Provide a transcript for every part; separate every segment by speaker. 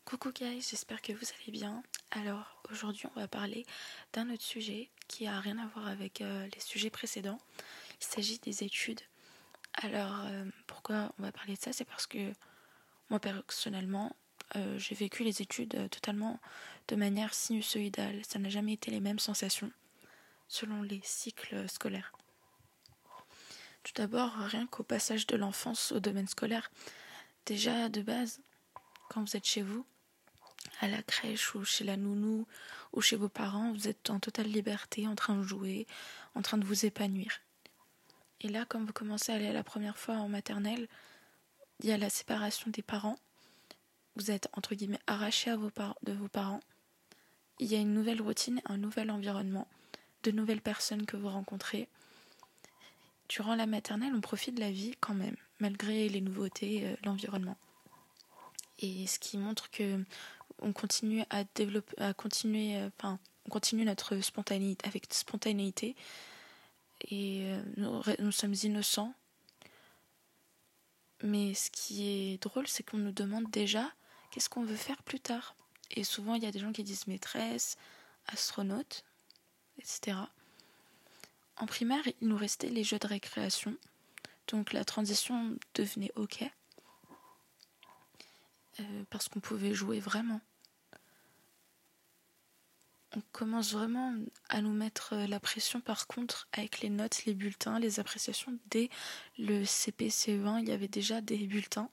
Speaker 1: Coucou guys, j'espère que vous allez bien. Alors aujourd'hui on va parler d'un autre sujet qui a rien à voir avec les sujets précédents. Il s'agit des études. Alors pourquoi on va parler de ça? C'est parce que moi personnellement j'ai vécu les études totalement de manière sinusoïdale. Ça n'a jamais été les mêmes sensations selon les cycles scolaires. Tout d'abord, rien qu'au passage de l'enfance au domaine scolaire, déjà de base, quand vous êtes chez vous, à la crèche ou chez la nounou ou chez vos parents, vous êtes en totale liberté, en train de jouer, en train de vous épanouir. Et là, quand vous commencez à aller la première fois en maternelle, il y a la séparation des parents. Vous êtes entre guillemets arraché de vos parents. Il y a une nouvelle routine, un nouvel environnement, de nouvelles personnes que vous rencontrez. Durant la maternelle, on profite de la vie quand même, malgré les nouveautés, l'environnement. Et ce qui montre que on continue à développer, on continue notre spontanéité avec spontanéité et nous sommes innocents. Mais ce qui est drôle, c'est qu'on nous demande déjà qu'est-ce qu'on veut faire plus tard. Et souvent, il y a des gens qui disent maîtresse, astronaute, etc. En primaire, il nous restait les jeux de récréation. Donc la transition devenait OK. Parce qu'on pouvait jouer vraiment. On commence vraiment à nous mettre la pression par contre avec les notes, les bulletins, les appréciations. Dès le CP, CE1, il y avait déjà des bulletins.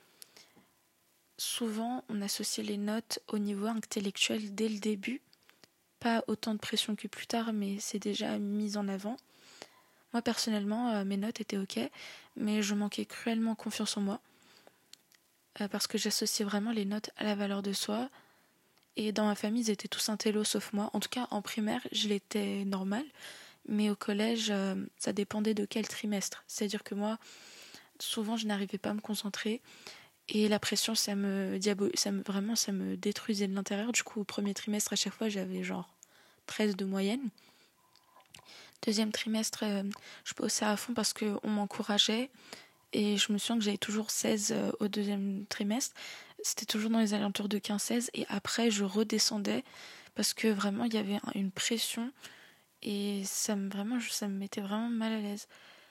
Speaker 1: Souvent, on associait les notes au niveau intellectuel dès le début. Pas autant de pression que plus tard, mais c'est déjà mis en avant. Moi, personnellement, mes notes étaient OK, mais je manquais cruellement confiance en moi. Parce que j'associais vraiment les notes à la valeur de soi. Et dans ma famille, ils étaient tous intellos sauf moi. En tout cas, en primaire, je l'étais normal. Mais au collège, ça dépendait de quel trimestre. C'est-à-dire que moi, souvent, je n'arrivais pas à me concentrer. Et la pression, ça me détruisait de l'intérieur. Du coup, au premier trimestre, à chaque fois, j'avais genre 13 de moyenne. Deuxième trimestre, je bossais à fond parce qu'on m'encourageait. Et je me souviens que j'avais toujours 16 au deuxième trimestre. C'était toujours dans les alentours de 15-16. Et après, je redescendais parce que vraiment, il y avait une pression. Et ça me mettait vraiment mal à l'aise.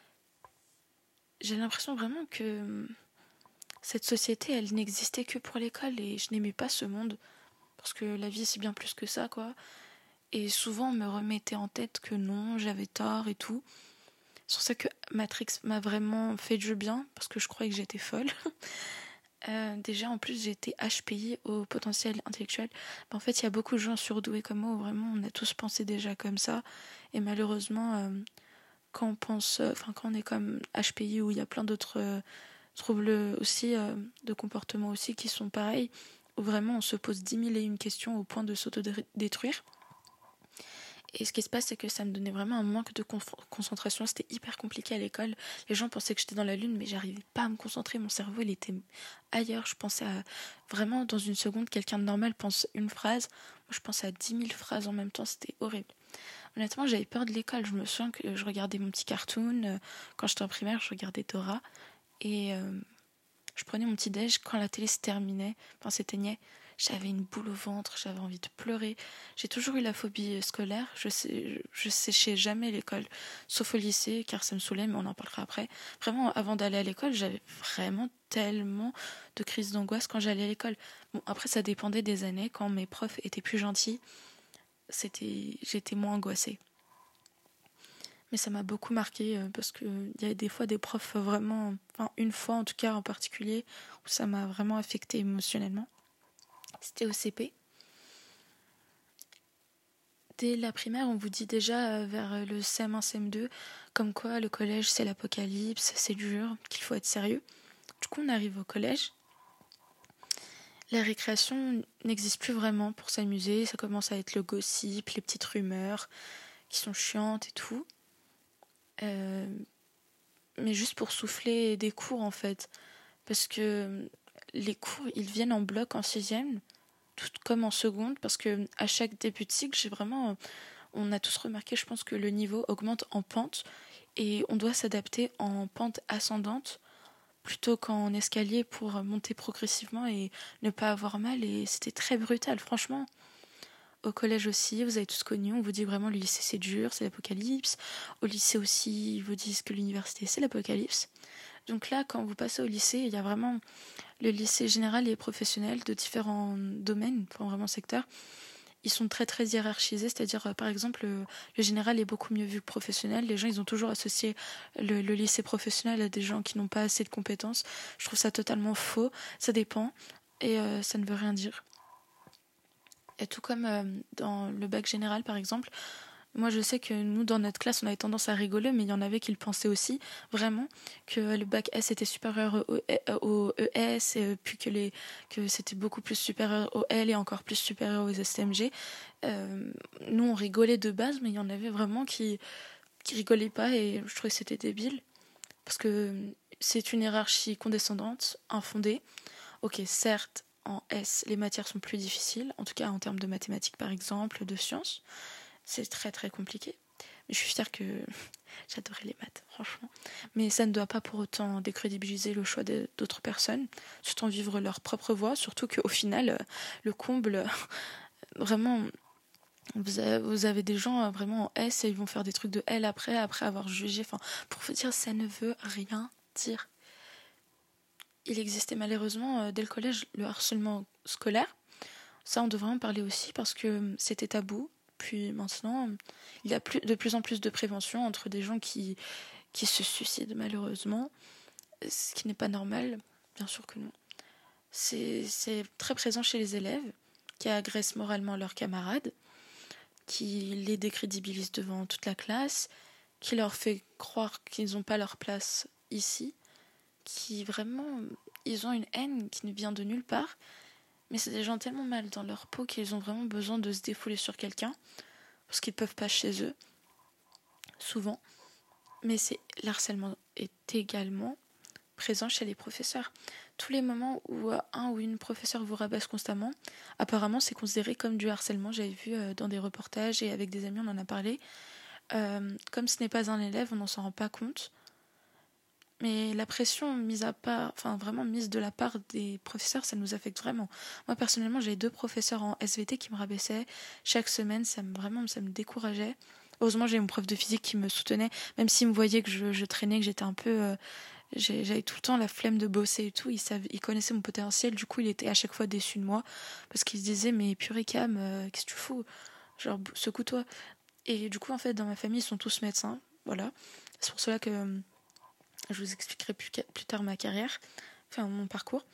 Speaker 1: J'ai l'impression vraiment que cette société, elle n'existait que pour l'école. Et je n'aimais pas ce monde. Parce que la vie, c'est bien plus que ça, quoi. Et souvent, on me remettait en tête que non, j'avais tort et tout. C'est pour ça que Matrix m'a vraiment fait du bien, parce que je croyais que j'étais folle. Déjà, en plus, j'étais HPI au potentiel intellectuel. En fait, il y a beaucoup de gens surdoués comme moi, où vraiment, on a tous pensé déjà comme ça. Et malheureusement, quand on est comme HPI, où il y a plein d'autres troubles aussi, de comportement aussi, qui sont pareils, où vraiment on se pose 10 000 et une questions au point de s'autodétruire. Et ce qui se passe, c'est que ça me donnait vraiment un manque de concentration. C'était hyper compliqué à l'école. Les gens pensaient que j'étais dans la lune, mais j'arrivais pas à me concentrer. Mon cerveau, il était ailleurs. Je pensais à... Vraiment, dans une seconde, quelqu'un de normal pense une phrase. Moi, je pensais à 10 000 phrases en même temps. C'était horrible. Honnêtement, j'avais peur de l'école. Je me souviens que je regardais mon petit cartoon. Quand j'étais en primaire, je regardais Dora. Et je prenais mon petit déj. Quand la télé s'éteignait, j'avais une boule au ventre, j'avais envie de pleurer. J'ai toujours eu la phobie scolaire. Je séchais jamais l'école, sauf au lycée, car ça me saoulait, mais on en parlera après. Vraiment, avant d'aller à l'école, j'avais vraiment tellement de crises d'angoisse quand j'allais à l'école. Bon, après, ça dépendait des années. Quand mes profs étaient plus gentils, j'étais moins angoissée. Mais ça m'a beaucoup marqué parce qu'il y a des fois des profs vraiment, une fois en tout cas en particulier, où ça m'a vraiment affectée émotionnellement. C'était au CP. Dès la primaire, on vous dit déjà vers le CM1, CM2, comme quoi le collège c'est l'apocalypse, c'est dur, qu'il faut être sérieux. Du coup, on arrive au collège. La récréation n'existe plus vraiment pour s'amuser. Ça commence à être le gossip, les petites rumeurs qui sont chiantes et tout. Mais juste pour souffler des cours en fait. Parce que les cours, ils viennent en bloc en 6e. Tout comme en seconde, parce que à chaque début de cycle, on a tous remarqué, je pense que le niveau augmente en pente et on doit s'adapter en pente ascendante plutôt qu'en escalier pour monter progressivement et ne pas avoir mal. Et c'était très brutal, franchement. Au collège aussi, vous avez tous connu, on vous dit vraiment le lycée c'est dur, c'est l'apocalypse. Au lycée aussi, ils vous disent que l'université c'est l'apocalypse. Donc là, quand vous passez au lycée, il y a vraiment le lycée général et professionnel de différents domaines, enfin vraiment secteurs. Ils sont très très hiérarchisés, c'est-à-dire par exemple le général est beaucoup mieux vu que le professionnel. Les gens ils ont toujours associé le lycée professionnel à des gens qui n'ont pas assez de compétences. Je trouve ça totalement faux, ça dépend et ça ne veut rien dire. Et tout comme dans le bac général par exemple, moi je sais que nous dans notre classe on avait tendance à rigoler, mais il y en avait qui le pensaient aussi vraiment que le bac S était supérieur au ES, puis que c'était beaucoup plus supérieur au L et encore plus supérieur aux STMG. Nous on rigolait de base, mais il y en avait vraiment qui rigolaient pas et je trouvais que c'était débile parce que c'est une hiérarchie condescendante, infondée. Ok, certes, en S, les matières sont plus difficiles, en tout cas en termes de mathématiques par exemple, de sciences. C'est très très compliqué. Mais je suis fière que j'adorais les maths, franchement. Mais ça ne doit pas pour autant décrédibiliser le choix d'autres personnes, surtout en vivre leur propre voie, surtout qu'au final, le comble, vraiment, vous avez des gens vraiment en S et ils vont faire des trucs de L après avoir jugé. Enfin, pour vous dire, ça ne veut rien dire. Il existait malheureusement dès le collège le harcèlement scolaire. Ça, on devrait en parler aussi parce que c'était tabou. Puis maintenant, il y a de plus en plus de prévention entre des gens qui se suicident malheureusement, ce qui n'est pas normal, bien sûr que non. C'est très présent chez les élèves qui agressent moralement leurs camarades, qui les décrédibilisent devant toute la classe, qui leur fait croire qu'ils n'ont pas leur place ici, qui vraiment, ils ont une haine qui ne vient de nulle part. Mais c'est des gens tellement mal dans leur peau qu'ils ont vraiment besoin de se défouler sur quelqu'un parce qu'ils ne peuvent pas chez eux, souvent. Mais l'harcèlement est également présent chez les professeurs. Tous les moments où un ou une professeur vous rabaisse constamment, apparemment c'est considéré comme du harcèlement. J'avais vu dans des reportages et avec des amis on en a parlé. Comme ce n'est pas un élève, on n'en s'en rend pas compte. Mais la pression vraiment mise de la part des professeurs, ça nous affecte vraiment. Moi, personnellement, j'avais 2 professeurs en SVT qui me rabaissaient chaque semaine. Ça me décourageait. Heureusement, j'ai mon prof de physique qui me soutenait, même s'il me voyait que je traînais, que j'étais un peu... j'avais tout le temps la flemme de bosser et tout. Il connaissait mon potentiel, du coup, il était à chaque fois déçu de moi. Parce qu'il se disait, mais purée Cam, qu'est-ce que tu fous? Genre, secoue-toi. Et du coup, en fait, dans ma famille, ils sont tous médecins. Voilà. C'est pour cela que... je vous expliquerai plus tard ma carrière, enfin mon parcours.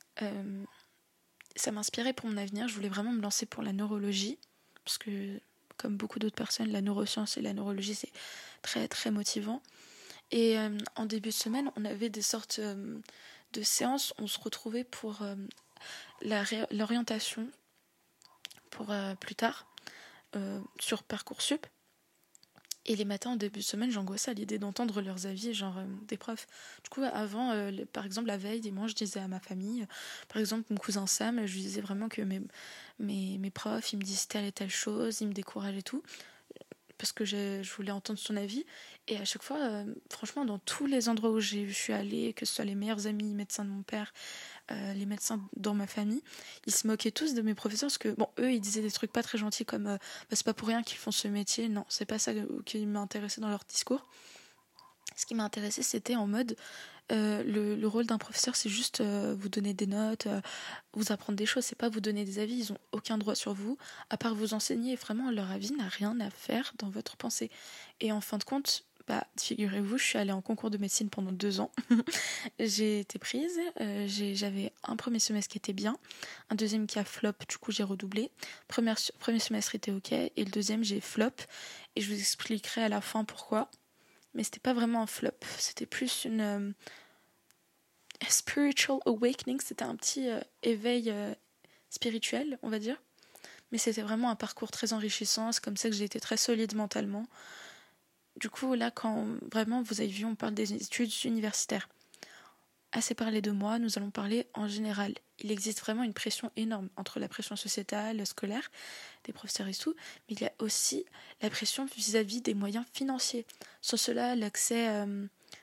Speaker 1: Ça m'inspirait pour mon avenir. Je voulais vraiment me lancer pour la neurologie, parce que, comme beaucoup d'autres personnes, la neuroscience et la neurologie, c'est très très motivant. Et en début de semaine, on avait des sortes de séances. On se retrouvait pour l'orientation pour plus tard sur Parcoursup. Et les matins, en début de semaine, j'angoissais à l'idée d'entendre leurs avis, genre des profs. Du coup, avant, par exemple, la veille, dimanche, je disais à ma famille, par exemple, mon cousin Sam, je lui disais vraiment que mes profs, ils me disent telle et telle chose, ils me découragent et tout, parce que je voulais entendre son avis. Et à chaque fois, franchement, dans tous les endroits où je suis allée, que ce soit les meilleurs amis médecins de mon père, les médecins dans ma famille, ils se moquaient tous de mes professeurs parce que, bon, eux, ils disaient des trucs pas très gentils comme c'est pas pour rien qu'ils font ce métier. Non, c'est pas ça qui m'a intéressé dans leur discours. Ce qui m'a intéressé, c'était en mode le rôle d'un professeur, c'est juste vous donner des notes, vous apprendre des choses, c'est pas vous donner des avis. Ils ont aucun droit sur vous, à part vous enseigner. Vraiment, leur avis n'a rien à faire dans votre pensée. Et en fin de compte, figurez-vous, je suis allée en concours de médecine pendant 2 ans. J'ai été prise, j'avais un premier semestre qui était bien, un deuxième qui a flop, du coup j'ai redoublé. Premier semestre était ok, et le deuxième j'ai flop, et je vous expliquerai à la fin pourquoi. Mais c'était pas vraiment un flop, c'était plus une spiritual awakening, c'était un petit éveil spirituel, on va dire. Mais c'était vraiment un parcours très enrichissant, c'est comme ça que j'ai été très solide mentalement. Du coup, là, quand vraiment vous avez vu, on parle des études universitaires. Assez parlé de moi, nous allons parler en général. Il existe vraiment une pression énorme entre la pression sociétale, scolaire, des professeurs et tout, mais il y a aussi la pression vis-à-vis des moyens financiers. Sans cela, l'accès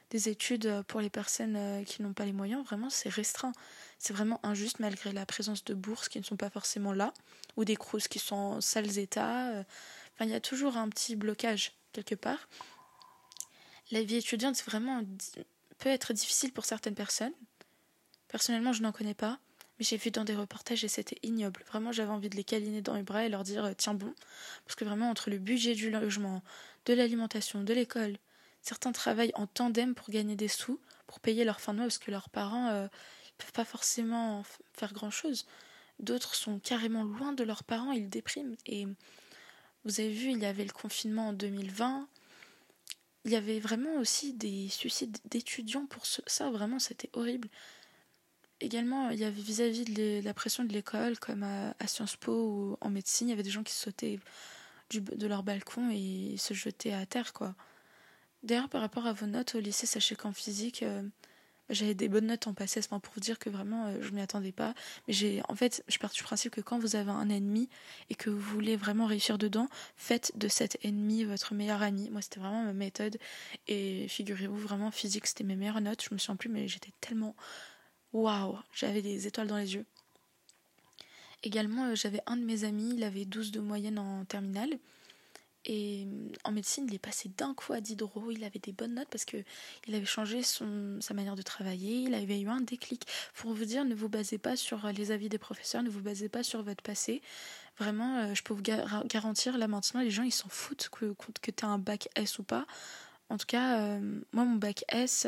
Speaker 1: des études pour les personnes qui n'ont pas les moyens, vraiment c'est restreint. C'est vraiment injuste malgré la présence de bourses qui ne sont pas forcément là, ou des crous qui sont en sales états. Enfin, il y a toujours un petit blocage quelque part. La vie étudiante, peut être difficile pour certaines personnes. Personnellement, je n'en connais pas, mais j'ai vu dans des reportages et c'était ignoble. Vraiment, j'avais envie de les câliner dans les bras et leur dire tiens bon, parce que vraiment entre le budget du logement, de l'alimentation, de l'école, certains travaillent en tandem pour gagner des sous, pour payer leur fin de mois parce que leurs parents ne peuvent pas forcément faire grand-chose. D'autres sont carrément loin de leurs parents, ils dépriment. Et vous avez vu, il y avait le confinement en 2020. Il y avait vraiment aussi des suicides d'étudiants pour ça, vraiment, c'était horrible. Également, il y avait vis-à-vis de la pression de l'école, comme à Sciences Po ou en médecine, il y avait des gens qui sautaient de leur balcon et se jetaient à terre, quoi. D'ailleurs, par rapport à vos notes au lycée, sachez qu'en physique, j'avais des bonnes notes en PACES, pour vous dire que vraiment, je ne m'y attendais pas. Mais je pars du principe que quand vous avez un ennemi et que vous voulez vraiment réussir dedans, faites de cet ennemi votre meilleur ami. Moi, c'était vraiment ma méthode. Et figurez-vous, vraiment, physique, c'était mes meilleures notes. Je me souviens plus, mais j'étais tellement... Waouh, j'avais des étoiles dans les yeux. Également, j'avais un de mes amis, il avait 12 de moyenne en terminale. Et en médecine, il est passé d'un coup à Diderot. Il avait des bonnes notes parce qu'il avait changé sa manière de travailler. Il avait eu un déclic. Pour vous dire, ne vous basez pas sur les avis des professeurs, ne vous basez pas sur votre passé. Vraiment, je peux vous garantir, là maintenant, les gens, ils s'en foutent que tu as un bac S ou pas. En tout cas, moi, mon bac S,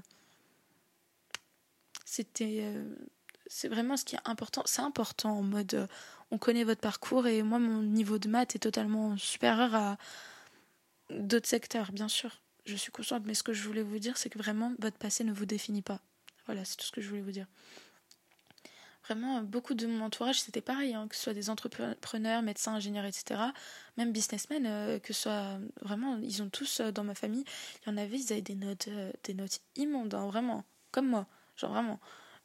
Speaker 1: c'est vraiment ce qui est important. C'est important en mode on connaît votre parcours et moi mon niveau de maths est totalement supérieur à d'autres secteurs, bien sûr. Je suis consciente, mais ce que je voulais vous dire, c'est que vraiment votre passé ne vous définit pas. Voilà, c'est tout ce que je voulais vous dire. Vraiment, beaucoup de mon entourage, c'était pareil, que ce soit des entrepreneurs, médecins, ingénieurs, etc. Même businessmen, que ce soit vraiment, ils ont tous dans ma famille, il y en avait, ils avaient des notes immondes, hein, vraiment, comme moi, genre vraiment.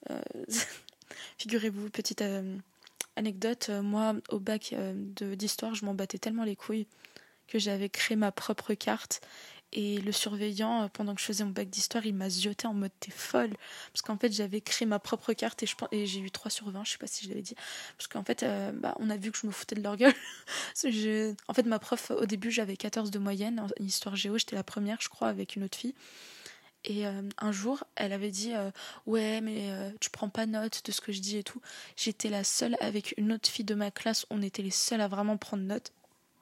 Speaker 1: Figurez-vous, petite anecdote, moi au bac d'histoire, je m'en battais tellement les couilles que j'avais créé ma propre carte et le surveillant, pendant que je faisais mon bac d'histoire, il m'a zioté en mode t'es folle, parce qu'en fait j'avais créé ma propre carte et j'ai eu 3/20, je sais pas si je l'avais dit, parce qu'en fait on a vu que je me foutais de leur gueule. En fait ma prof, au début j'avais 14 de moyenne en histoire géo, j'étais la première je crois avec une autre fille. Et un jour, elle avait dit ouais, mais tu prends pas note de ce que je dis et tout. J'étais la seule avec une autre fille de ma classe, on était les seuls à vraiment prendre note.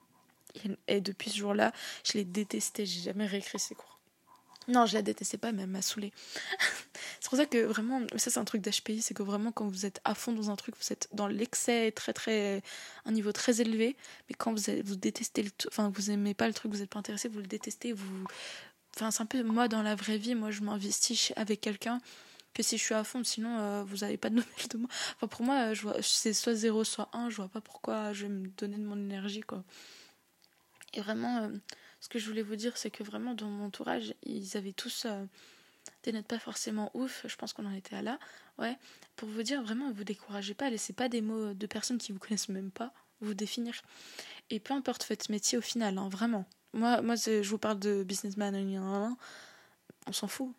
Speaker 1: Et depuis ce jour-là, je l'ai détestée, j'ai jamais réécrit ses cours. Non, je la détestais pas, mais elle m'a saoulée. C'est pour ça que vraiment, ça c'est un truc d'HPI, c'est que vraiment quand vous êtes à fond dans un truc, vous êtes dans l'excès un niveau très élevé, mais quand vous détestez vous aimez pas le truc, vous êtes pas intéressé, vous le détestez, Enfin, c'est un peu moi dans la vraie vie, moi je m'investis avec quelqu'un que si je suis à fond, sinon vous n'avez pas de nouvelles de moi. Enfin, pour moi, c'est soit 0, soit 1, je vois pas pourquoi je vais me donner de mon énergie, quoi. Et vraiment, ce que je voulais vous dire, c'est que vraiment dans mon entourage, ils avaient tous des notes pas forcément ouf, je pense qu'on en était à là. Ouais, pour vous dire, vraiment, vous découragez pas, laissez pas des mots de personnes qui vous connaissent même pas vous définir. Et peu importe votre métier au final, hein, vraiment. Moi je vous parle de businessman, on s'en fout.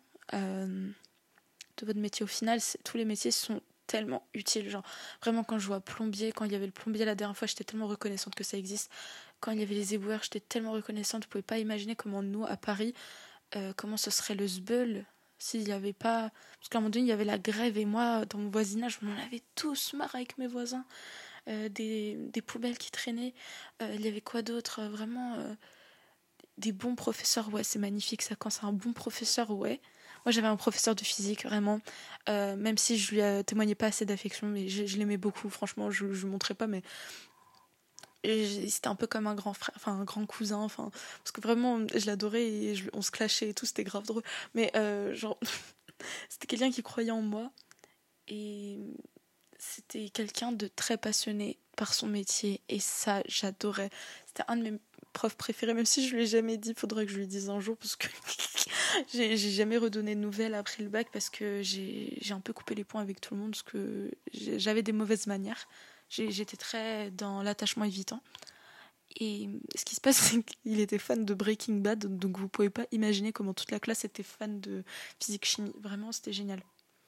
Speaker 1: De votre métier au final, tous les métiers sont tellement utiles. Genre, vraiment, quand je vois plombier, quand il y avait le plombier la dernière fois, j'étais tellement reconnaissante que ça existe. Quand il y avait les éboueurs, j'étais tellement reconnaissante. Vous pouvez pas imaginer comment nous, à Paris, comment ce serait le sbeul s'il n'y avait pas... Parce qu'à un moment donné, il y avait la grève et moi, dans mon voisinage, on en avait tous marre avec mes voisins. Des poubelles qui traînaient. Il y avait quoi d'autre vraiment des bons professeurs, ouais, c'est magnifique ça. Quand c'est un bon professeur, ouais. Moi, j'avais un professeur de physique, vraiment. Même si je lui témoignais pas assez d'affection, mais je l'aimais beaucoup, franchement, je ne montrais pas, mais c'était un peu comme un grand frère, enfin un grand cousin, enfin, parce que vraiment, je l'adorais et on se clashait et tout, c'était grave drôle. Mais genre, c'était quelqu'un qui croyait en moi et c'était quelqu'un de très passionné par son métier et ça, j'adorais. C'était un de mes profs préférés, même si je lui ai jamais dit, faudrait que je lui dise un jour parce que j'ai jamais redonné de nouvelles après le bac parce que j'ai un peu coupé les ponts avec tout le monde parce que j'avais des mauvaises manières. J'étais très dans l'attachement évitant Et ce qui se passe, c'est qu'il était fan de Breaking Bad, donc vous pouvez pas imaginer comment toute la classe était fan de physique-chimie. Vraiment, c'était génial.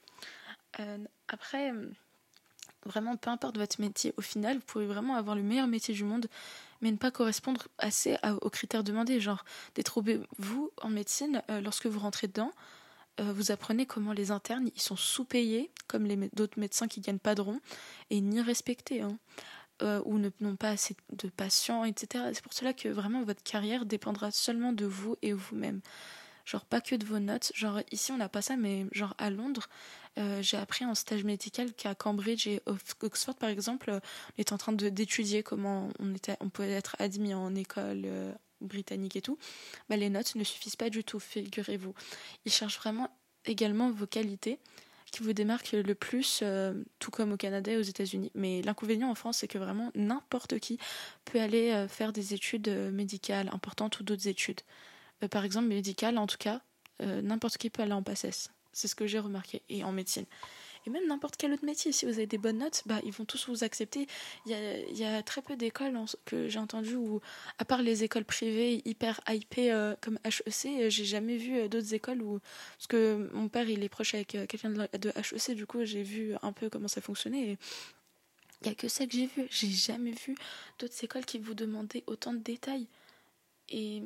Speaker 1: Après, vraiment, peu importe votre métier, au final, vous pouvez vraiment avoir le meilleur métier du monde, mais ne pas correspondre assez aux critères demandés. Genre, détrompez-vous en médecine, lorsque vous rentrez dedans, vous apprenez comment les internes, ils sont sous-payés, comme d'autres médecins qui gagnent pas de rond, et ni respectés, hein. Ou n'ont pas assez de patients, etc. C'est pour cela que vraiment votre carrière dépendra seulement de vous et vous-même. Genre pas que de vos notes. Genre ici on n'a pas ça, mais genre à Londres, j'ai appris en stage médical qu'à Cambridge et Oxford par exemple, on était en train d'étudier comment on pouvait être admis en école britannique et tout. Bah, les notes ne suffisent pas du tout, figurez-vous. Ils cherchent vraiment également vos qualités qui vous démarquent le plus, tout comme au Canada et aux États-Unis. Mais l'inconvénient en France, c'est que vraiment n'importe qui peut aller faire des études médicales importantes ou d'autres études. Par exemple, médicales, en tout cas, n'importe qui peut aller en PACES. C'est ce que j'ai remarqué. Et en médecine. Et même n'importe quel autre métier, si vous avez des bonnes notes, bah, ils vont tous vous accepter. Il y a très peu d'écoles que j'ai entendues où, à part les écoles privées hyper hypées comme HEC, j'ai jamais vu d'autres écoles où... Parce que mon père, il est proche avec quelqu'un de HEC, du coup, j'ai vu un peu comment ça fonctionnait. Et il n'y a que ça que j'ai vu. J'ai jamais vu d'autres écoles qui vous demandaient autant de détails. Et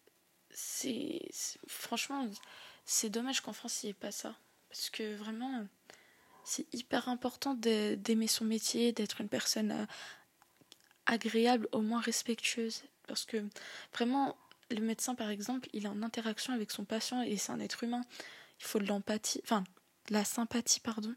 Speaker 1: franchement, c'est dommage qu'en France, il n'y ait pas ça. Parce que vraiment... C'est hyper important d'aimer son métier, d'être une personne agréable, au moins respectueuse. Parce que vraiment, le médecin, par exemple, il est en interaction avec son patient et c'est un être humain. Il faut de l'empathie, enfin, de la sympathie, pardon.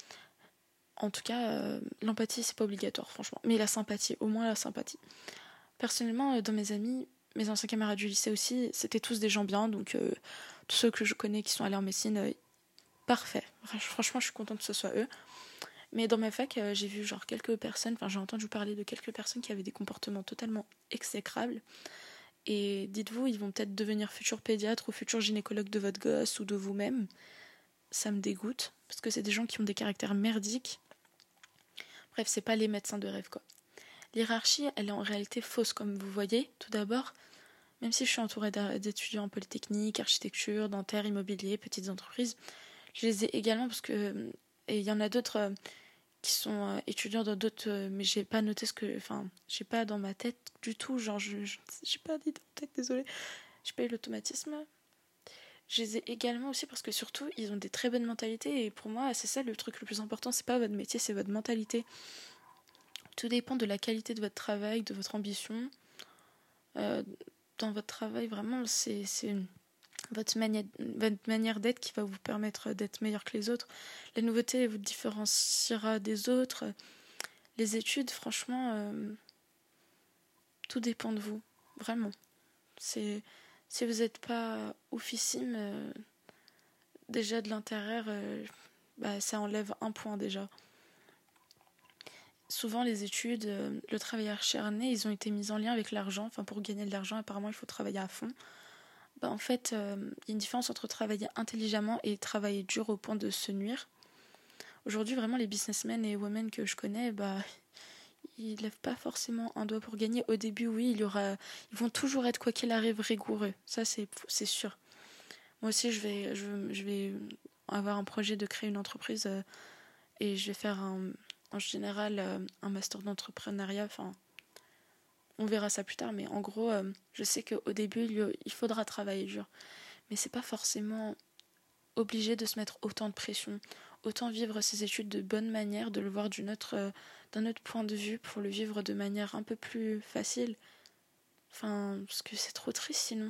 Speaker 1: En tout cas, l'empathie, c'est pas obligatoire, franchement. Mais la sympathie, au moins la sympathie. Personnellement, dans mes amis, mes anciens camarades du lycée aussi, c'était tous des gens bien. Donc, tous ceux que je connais qui sont allés en médecine, parfait. Franchement, je suis contente que ce soit eux. Mais dans ma fac, j'ai vu genre quelques personnes, enfin j'ai entendu parler de quelques personnes qui avaient des comportements totalement exécrables. Et dites-vous, ils vont peut-être devenir futurs pédiatres ou futurs gynécologues de votre gosse ou de vous-même. Ça me dégoûte, parce que c'est des gens qui ont des caractères merdiques. Bref, c'est pas les médecins de rêve, quoi. L'hiérarchie, elle est en réalité fausse, comme vous voyez. Tout d'abord, même si je suis entourée d'étudiants en polytechnique, architecture, dentaire, immobilier, petites entreprises, je les ai également parce que... Et il y en a d'autres... qui sont étudiants dans d'autres, mais j'ai pas noté j'ai pas dans ma tête du tout, genre j'ai pas d'idée en tête, désolée, j'ai pas eu l'automatisme. Je les ai également aussi parce que surtout ils ont des très bonnes mentalités et pour moi c'est ça le truc le plus important, c'est pas votre métier, c'est votre mentalité. Tout dépend de la qualité de votre travail, de votre ambition. Dans votre travail vraiment c'est votre manière d'être qui va vous permettre d'être meilleur que les autres. La nouveauté vous différenciera des autres. Les études, franchement, tout dépend de vous, vraiment. Si vous n'êtes pas oufissime, déjà de l'intérieur, ça enlève un point déjà. Souvent, les études, le travail acharné, ils ont été mis en lien avec l'argent. Enfin, pour gagner de l'argent, apparemment, il faut travailler à fond. En fait, il y a une différence entre travailler intelligemment et travailler dur au point de se nuire. Aujourd'hui, vraiment, les businessmen et women que je connais, ils lèvent pas forcément un doigt pour gagner. Au début, oui, ils vont toujours être, quoi qu'il arrive, rigoureux. Ça, c'est sûr. Moi aussi, je vais avoir un projet de créer une entreprise et je vais faire en général un master d'entrepreneuriat. Enfin, on verra ça plus tard, mais en gros, je sais qu'au début, il faudra travailler dur. Mais c'est pas forcément obligé de se mettre autant de pression. Autant vivre ses études de bonne manière, de le voir d'un autre point de vue pour le vivre de manière un peu plus facile. Enfin, parce que c'est trop triste sinon.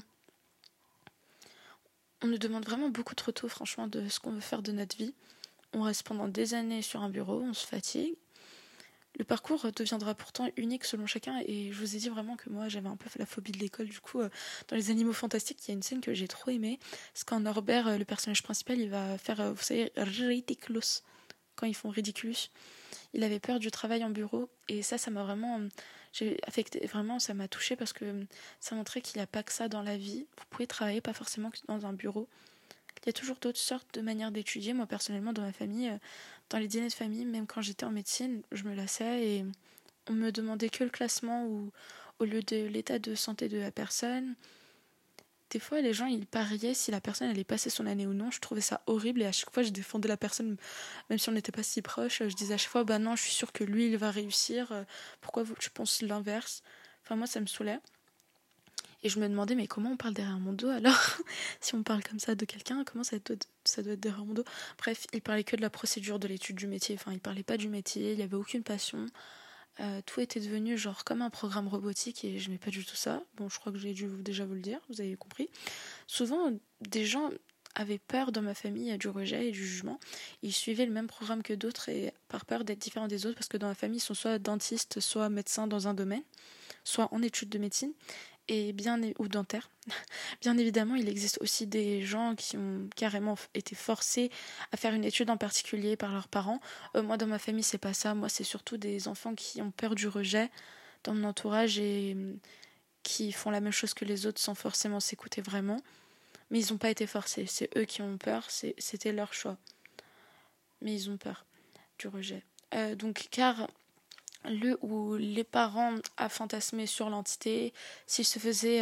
Speaker 1: On nous demande vraiment beaucoup trop tôt, franchement, de ce qu'on veut faire de notre vie. On reste pendant des années sur un bureau, on se fatigue. Le parcours deviendra pourtant unique selon chacun et je vous ai dit vraiment que moi j'avais un peu la phobie de l'école. Du coup, dans Les Animaux Fantastiques, il y a une scène que j'ai trop aimée. C'est quand Norbert, le personnage principal, il va faire, vous savez, ridiculous. Quand ils font ridiculous. Il avait peur du travail en bureau et ça m'a vraiment affecté, vraiment ça m'a touchée parce que ça montrait qu'il n'y a pas que ça dans la vie. Vous pouvez travailler pas forcément que dans un bureau. Il y a toujours d'autres sortes de manières d'étudier. Moi personnellement dans ma famille, dans les dîners de famille, même quand j'étais en médecine, je me lassais et on me demandait que le classement ou au lieu de l'état de santé de la personne. Des fois, les gens, ils pariaient si la personne allait passer son année ou non. Je trouvais ça horrible et à chaque fois, je défendais la personne, même si on n'était pas si proches. Je disais à chaque fois, bah non, je suis sûre que lui, il va réussir. Pourquoi tu penses l'inverse? Enfin, moi, ça me saoulait. Et je me demandais, mais comment on parle derrière mon dos alors? Si on parle comme ça de quelqu'un, comment ça doit être derrière mon dos? Bref, il parlait que de la procédure de l'étude du métier. Enfin, il parlait pas du métier, il n'y avait aucune passion. Tout était devenu genre comme un programme robotique et je n'aimais pas du tout ça. Bon, je crois que j'ai dû déjà vous le dire, vous avez compris. Souvent, des gens avaient peur dans ma famille du rejet et du jugement. Ils suivaient le même programme que d'autres et par peur d'être différents des autres parce que dans ma famille, ils sont soit dentistes, soit médecins dans un domaine, soit en études de médecine ou dentaire. Bien évidemment, il existe aussi des gens qui ont carrément été forcés à faire une étude en particulier par leurs parents. Moi, dans ma famille, c'est pas ça. Moi, c'est surtout des enfants qui ont peur du rejet dans mon entourage et qui font la même chose que les autres sans forcément s'écouter vraiment. Mais ils n'ont pas été forcés. C'est eux qui ont peur. C'était leur choix. Mais ils ont peur du rejet. Donc, car le ou les parents a fantasmé sur l'entité, s'ils se faisaient...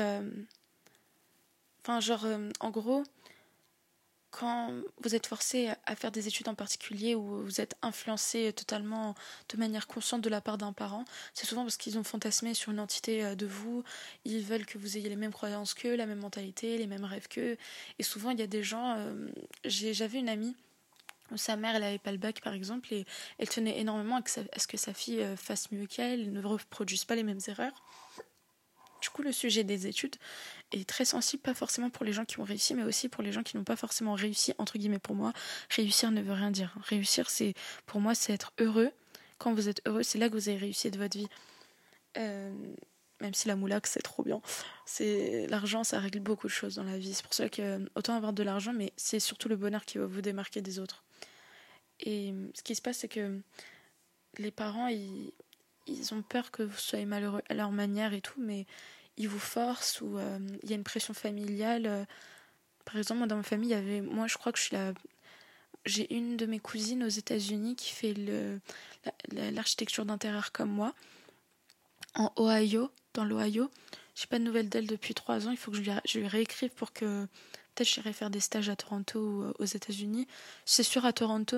Speaker 1: en gros, quand vous êtes forcé à faire des études en particulier ou vous êtes influencé totalement de manière consciente de la part d'un parent, c'est souvent parce qu'ils ont fantasmé sur une entité de vous, ils veulent que vous ayez les mêmes croyances qu'eux, la même mentalité, les mêmes rêves qu'eux. Et souvent, il y a des gens... J'avais une amie, sa mère, elle n'avait pas le bac, par exemple, et elle tenait énormément à ce que sa fille fasse mieux qu'elle, ne reproduise pas les mêmes erreurs. Du coup, le sujet des études est très sensible, pas forcément pour les gens qui ont réussi, mais aussi pour les gens qui n'ont pas forcément réussi, entre guillemets pour moi. Réussir ne veut rien dire. Réussir, pour moi, c'est être heureux. Quand vous êtes heureux, c'est là que vous avez réussi de votre vie. Même si la moulaque, c'est trop bien. L'argent, ça règle beaucoup de choses dans la vie. C'est pour ça que autant avoir de l'argent, mais c'est surtout le bonheur qui va vous démarquer des autres. Et ce qui se passe, c'est que les parents, ils ont peur que vous soyez malheureux à leur manière et tout, mais ils vous forcent ou il y a une pression familiale. Par exemple, moi, dans ma famille, moi, je crois que j'ai une de mes cousines aux États-Unis qui fait l'architecture d'intérieur comme moi, en Ohio, dans l'Ohio. J'ai pas de nouvelles d'elle depuis 3 ans. Il faut que je lui réécrive pour que peut-être j'irai faire des stages à Toronto ou aux États-Unis. C'est sûr à Toronto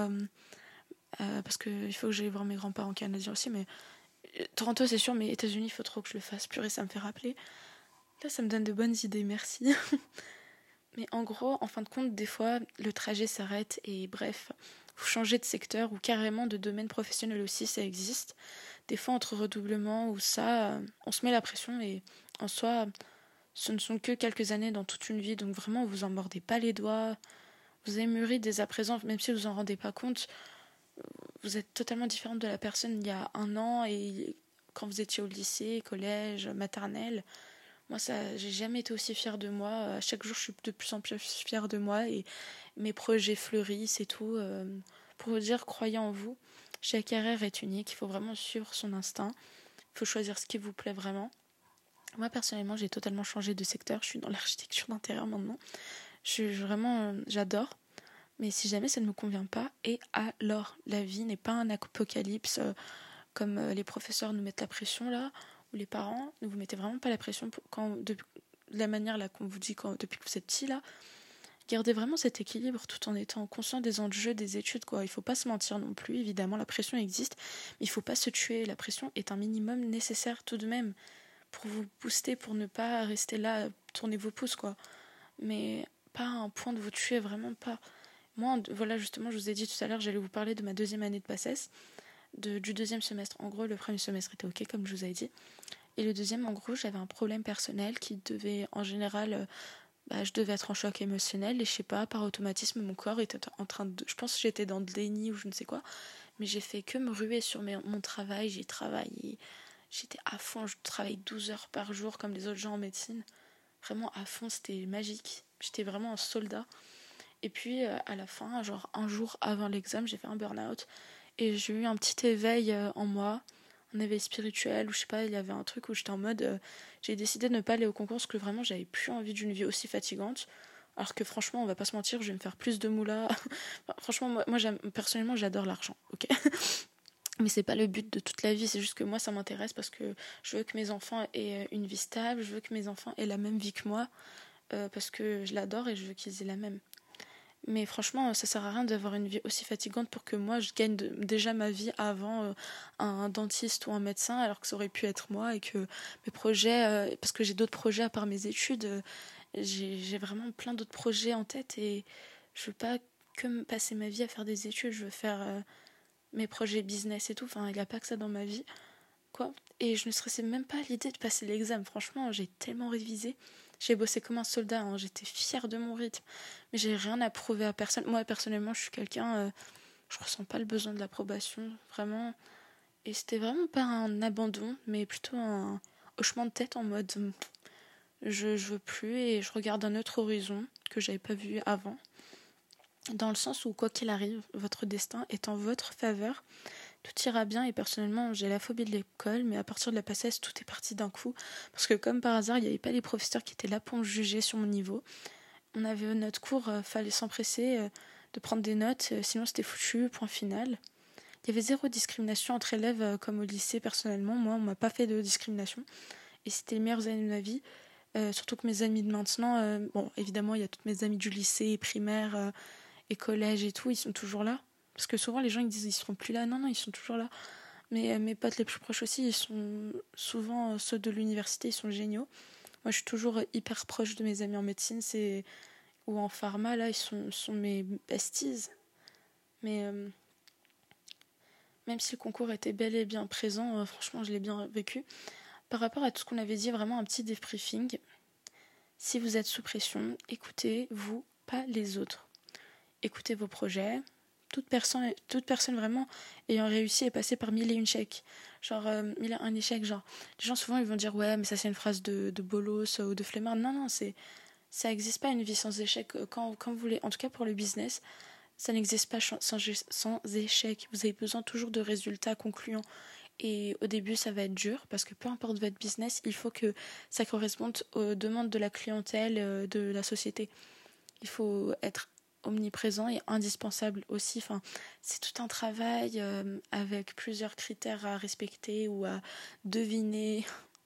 Speaker 1: parce qu'il faut que j'aille voir mes grands-parents canadiens aussi, mais Toronto c'est sûr, mais États-Unis il faut trop que je le fasse. Purée, ça me fait rappeler. Là, ça me donne de bonnes idées, merci. Mais en gros, en fin de compte, des fois, le trajet s'arrête et bref, vous changez de secteur ou carrément de domaine professionnel aussi, ça existe. Des fois, entre redoublements ou ça, on se met la pression et en soi, ce ne sont que quelques années dans toute une vie, donc vraiment, vous en mordez pas les doigts. Vous avez mûri dès à présent, même si vous en rendez pas compte. Vous êtes totalement différente de la personne il y a 1 an et quand vous étiez au lycée, collège, maternelle. Moi, j'ai jamais été aussi fière de moi. À chaque jour, je suis de plus en plus fière de moi et mes projets fleurissent et tout. Pour vous dire, croyez en vous. Chaque carrière est unique. Il faut vraiment suivre son instinct. Il faut choisir ce qui vous plaît vraiment. Moi, personnellement, j'ai totalement changé de secteur. Je suis dans l'architecture d'intérieur maintenant. J'adore. Mais si jamais ça ne me convient pas, et alors, la vie n'est pas un apocalypse comme les professeurs nous mettent la pression là, ou les parents ne vous mettez vraiment pas la pression de la manière là qu'on vous dit depuis que vous êtes petit là. Gardez vraiment cet équilibre tout en étant conscient des enjeux des études quoi. Il faut pas se mentir non plus, évidemment la pression existe, mais il faut pas se tuer. La pression est un minimum nécessaire tout de même pour vous booster, pour ne pas rester là, tourner vos pouces quoi. Mais pas à un point de vous tuer, vraiment pas. Moi, voilà, justement, je vous ai dit tout à l'heure, j'allais vous parler de ma 2e année de PACES, du 2e semestre. En gros, le 1er semestre était ok, comme je vous avais dit. Et le 2e, en gros, j'avais un problème personnel qui devait, en général, je devais être en choc émotionnel. Et je sais pas, par automatisme, mon corps était en train de... Je pense que j'étais dans le déni ou je ne sais quoi. Mais j'ai fait que me ruer sur mon travail. J'ai travaillé. J'étais à fond. Je travaillais 12 heures par jour comme les autres gens en médecine. Vraiment à fond, c'était magique. J'étais vraiment un soldat. Et puis, à la fin, genre un jour avant l'examen, j'ai fait un burn-out. Et j'ai eu un petit éveil en moi, un éveil spirituel, où je sais pas, il y avait un truc où j'étais en mode... j'ai décidé de ne pas aller au concours parce que vraiment, j'avais plus envie d'une vie aussi fatigante. Alors que franchement, on va pas se mentir, je vais me faire plus de moula. Enfin, franchement, moi personnellement, j'adore l'argent, ok. Mais c'est pas le but de toute la vie, c'est juste que moi ça m'intéresse parce que je veux que mes enfants aient une vie stable, je veux que mes enfants aient la même vie que moi, parce que je l'adore et je veux qu'ils aient la même. Mais franchement, ça sert à rien d'avoir une vie aussi fatigante pour que moi je gagne déjà ma vie avant un dentiste ou un médecin, alors que ça aurait pu être moi et que mes projets, parce que j'ai d'autres projets à part mes études, j'ai vraiment plein d'autres projets en tête et je veux pas que me passer ma vie à faire des études, je veux faire mes projets business et tout, enfin il n'y a pas que ça dans ma vie, quoi. Et je ne stressais même pas à l'idée de passer l'examen, franchement j'ai tellement révisé. J'ai bossé comme un soldat, hein. J'étais fière de mon rythme. Mais j'ai rien à prouver à personne. Moi, personnellement, je suis quelqu'un... je ressens pas le besoin de l'approbation, vraiment. Et c'était vraiment pas un abandon, mais plutôt un hochement de tête en mode... je veux plus et je regarde un autre horizon que j'avais pas vu avant. Dans le sens où, quoi qu'il arrive, votre destin est en votre faveur. Tout ira bien et personnellement j'ai la phobie de l'école, mais à partir de la PACES tout est parti d'un coup parce que comme par hasard il n'y avait pas les professeurs qui étaient là pour me juger sur mon niveau. On avait notre cours, fallait s'empresser de prendre des notes, sinon c'était foutu, point final. Il y avait zéro discrimination entre élèves comme au lycée personnellement, moi on m'a pas fait de discrimination et c'était les meilleures années de ma vie, surtout que mes amis de maintenant, bon évidemment il y a toutes mes amies du lycée, primaire et collège et tout, ils sont toujours là. Parce que souvent les gens ils disent ils seront plus là, non ils sont toujours là. Mais mes potes les plus proches aussi, ils sont souvent ceux de l'université, ils sont géniaux. Moi je suis toujours hyper proche de mes amis en médecine, ou en pharma, là ils sont mes besties. Mais même si le concours était bel et bien présent, franchement je l'ai bien vécu. Par rapport à tout ce qu'on avait dit, vraiment un petit débriefing. Si vous êtes sous pression, écoutez-vous, pas les autres. Écoutez vos projets. Toute personne vraiment ayant réussi est passée par mille et une échecs. Genre, mille et un échecs, genre. Les gens souvent ils vont dire ouais, mais ça c'est une phrase de bolos ou de flemmard. Non, ça n'existe pas une vie sans échec. Quand vous voulez, en tout cas pour le business, ça n'existe pas sans échec. Vous avez besoin toujours de résultats concluants. Et au début, ça va être dur parce que peu importe votre business, il faut que ça corresponde aux demandes de la clientèle, de la société. Il faut être omniprésent et indispensable aussi. Enfin, c'est tout un travail avec plusieurs critères à respecter ou à deviner,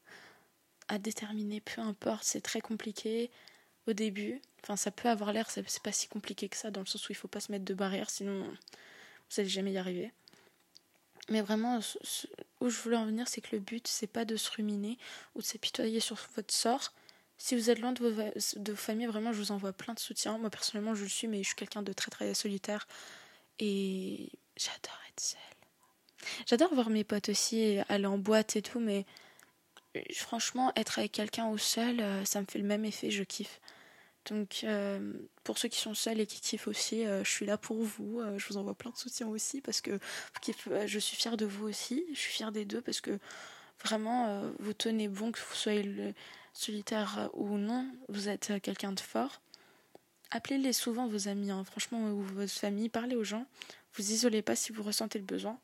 Speaker 1: à déterminer, peu importe, c'est très compliqué au début. Enfin, ça peut avoir l'air, c'est pas si compliqué que ça, dans le sens où il faut pas se mettre de barrières, sinon vous n'allez jamais y arriver. Mais vraiment, où je voulais en venir, c'est que le but, c'est pas de se ruminer ou de s'apitoyer sur votre sort. Si vous êtes loin de vos familles, vraiment, je vous envoie plein de soutien. Moi, personnellement, je le suis, mais je suis quelqu'un de très, très solitaire. Et j'adore être seule. J'adore voir mes potes aussi, aller en boîte et tout, mais franchement, être avec quelqu'un ou seul, ça me fait le même effet, je kiffe. Donc, pour ceux qui sont seuls et qui kiffent aussi, je suis là pour vous. Je vous envoie plein de soutien aussi parce que je suis fière de vous aussi. Je suis fière des deux parce que vraiment, vous tenez bon, que vous soyez solitaire ou non. Vous êtes quelqu'un de fort. Appelez-les souvent vos amis, hein, franchement, ou votre famille. Parlez aux gens. Vous isolez pas si vous ressentez le besoin.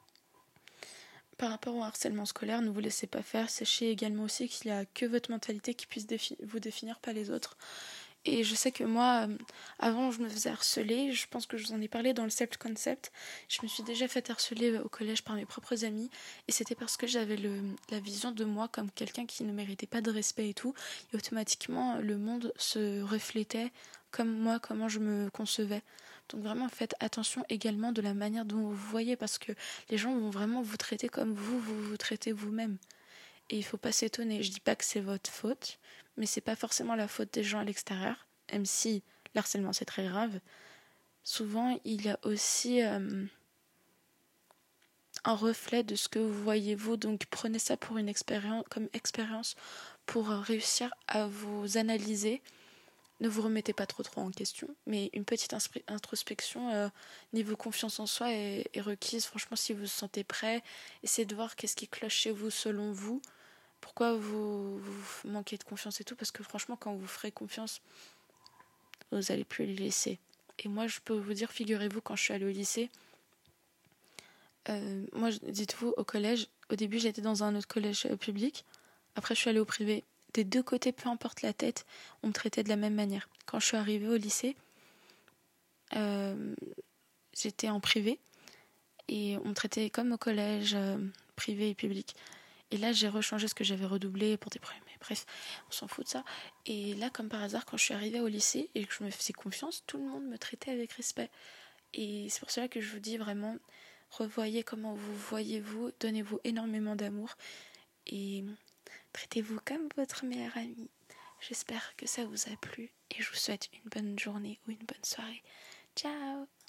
Speaker 1: Par rapport au harcèlement scolaire, ne vous laissez pas faire. Sachez également aussi qu'il n'y a que votre mentalité qui puisse vous définir, pas les autres. Et je sais que moi, avant, je me faisais harceler. Je pense que je vous en ai parlé dans le self-concept. Je me suis déjà fait harceler au collège par mes propres amis. Et c'était parce que j'avais la vision de moi comme quelqu'un qui ne méritait pas de respect et tout. Et automatiquement, le monde se reflétait comme moi, comment je me concevais. Donc vraiment, faites attention également de la manière dont vous vous voyez. Parce que les gens vont vraiment vous traiter comme vous traitez vous-même. Et il ne faut pas s'étonner. Je ne dis pas que c'est votre faute, mais c'est pas forcément la faute des gens à l'extérieur, même si l'harcèlement c'est très grave. Souvent, il y a aussi un reflet de ce que vous voyez vous, donc prenez ça pour comme expérience pour réussir à vous analyser. Ne vous remettez pas trop en question, mais une petite introspection niveau confiance en soi est requise. Franchement, si vous vous sentez prêt, essayez de voir qu'est-ce qui cloche chez vous selon vous. Pourquoi vous manquez de confiance et tout, parce que franchement, quand vous ferez confiance, vous n'allez plus les laisser. Et moi, je peux vous dire, figurez-vous, quand je suis allée au lycée, moi, dites-vous, au collège, au début, j'étais dans un autre collège public. Après, je suis allée au privé. Des deux côtés, peu importe la tête, on me traitait de la même manière. Quand je suis arrivée au lycée, j'étais en privé. Et on me traitait comme au collège, privé et public. Et là, j'ai rechangé ce que j'avais redoublé pour des problèmes. Mais bref, on s'en fout de ça. Et là, comme par hasard, quand je suis arrivée au lycée et que je me faisais confiance, tout le monde me traitait avec respect. Et c'est pour cela que je vous dis vraiment, revoyez comment vous voyez-vous, donnez-vous énormément d'amour et traitez-vous comme votre meilleure amie. J'espère que ça vous a plu et je vous souhaite une bonne journée ou une bonne soirée. Ciao!